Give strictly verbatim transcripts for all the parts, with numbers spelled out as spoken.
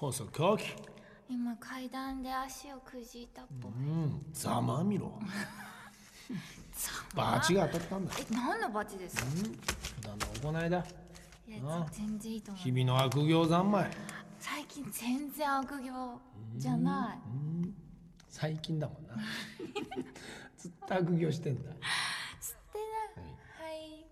放送後期。 今階段で足をくじいたっぽい。 うん、ざまあみろ。バチが当たったんだ。 え、何のバチですか？ うん、普段の行いだ。 いや、全然いいと思う。 日々の悪行三昧。 最近全然悪行じゃない。 うんうん、最近だもんな。ずっと悪行してんだ。 知ってない。はい。はい、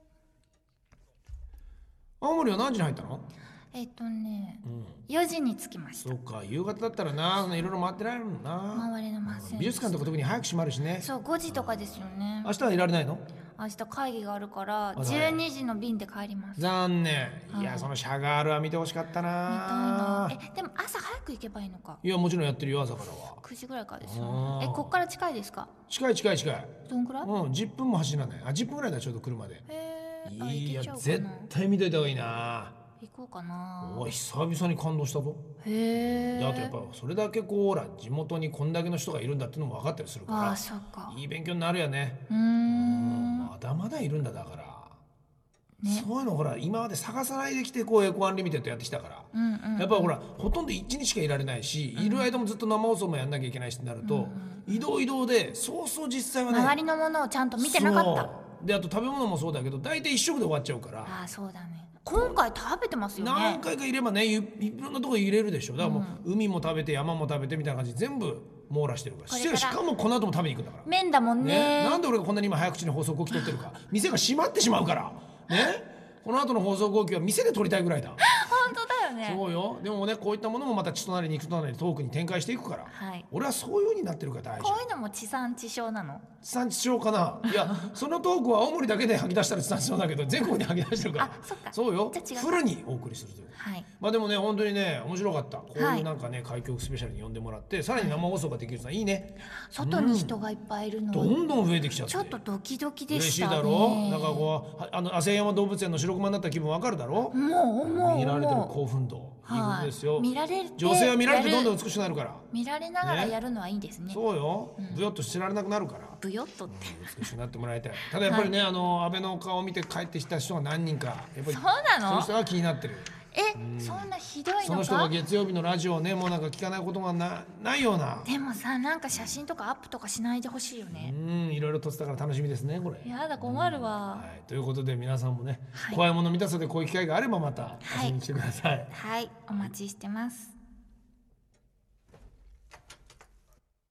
青森は何時に入ったの？ えっとね、 うん、 よじに着きました。 そっか、夕方だったらな、いろいろ回ってられるもんな。 回れません。 美術館とか特に早く閉まるしね。 そう、ごじとかですよね。 明日はいられないの？ 明日会議があるからじゅうにじの便で帰ります。 残念。いや、そのシャガールは見てほしかったな。 見たいな。え、でも朝早く行けばいいのか。 いや、もちろんやってるよ、朝からは。 くじぐらいからですよね。え、こっから近いですか？ 近い近い近い。 どんくらい？ うん、じゅっぷんも走らない。あ、じゅっぷんぐらいだ、ちょうど車で。 へー、 いや、絶対見といた方がいいな。 行こうかな。 おい、久々に感動したぞ。 へえ。 で、あとやっぱそれだけこう、ほら、地元にこんだけの人がいるんだっていうのも分かったりするから。 ああ、そっか。 いい勉強になるよね。 うーん。 まだまだいるんだ、だから。 ね、 そういうのほら今まで探さないできてこうエコアンリミテッドやってきたから、うんうんうん、やっぱほらほとんどいちにちしかいられないし、うん、いる間もずっと生放送もやんなきゃいけないしってなると、うんうん、移動移動でそうそう実際はね周りのものをちゃんと見てなかった。 で、あと食べ物もそうだけど大体一食で終わっちゃうから。 ああ、そうだね。今回食べてますよね。 何回かいればね、いろんなとこ入れるでしょ。だからもう、うん、海も食べて山も食べてみたいな感じで全部網羅してるから。しかもこの後も食べに行くんだから。 麺だもん ね, ね。なんで俺がこんなに今早口に放送後期取ってるか。店が閉まってしまうからね。この後の放送後期は店で撮りたいぐらいだ。 本当だよね。 そうよ。でもね、こういったものもまた血となり肉となりトークに展開していくから、はい、俺はそういう風になってるから大事。 こういうのも地産地消なの？ 地産地消かな。いや、そのトークは青森だけで吐き出したら地産地消だけど全国に吐き出してるから。 あ、そっか。 そうよ。フルにお送りするという。はい。まあでもね、本当にね、面白かった。こういうなんかね、開局スペシャルに呼んでもらって、さらに生放送ができるのはいいね。 外に人がいっぱいいるの、 どんどん増えてきちゃって。 ちょっとドキドキでしたね。 嬉しいだろ。なんかこう、あの浅山動物園の白熊になった気分わかるだろ。 もうもう見られてる興奮度。いいことですよ。 見られて、 女性は見られてどんどん美しくなるから。 見られながらやるのはいいですね。 そうよ。ブヨッと知られなくなるから。 ブヨッとって美しくなってもらいたい。ただやっぱりね、あの安倍の顔を見て帰ってきた人が何人かやっぱりそうなの？ そういう人は気になってる。 え、うん、そんなひどいのか？ その人が月曜日のラジオをね、もうなんか聞かないことが な, ないような。 でもさ、なんか写真とかアップとかしないでほしいよね。 うん、いろいろ撮ってたから楽しみですね、これ。 やだ、困るわ、 はい、ということで皆さんもね、はい、怖いもの見たさでこういう機会があればまた遊びに来てください。 はい、はい、お待ちしてます。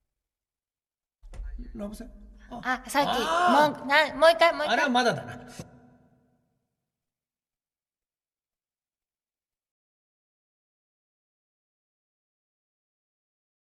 ラブセン。 あ、さっきもうなもう一回もう一回。 あれはまだだな。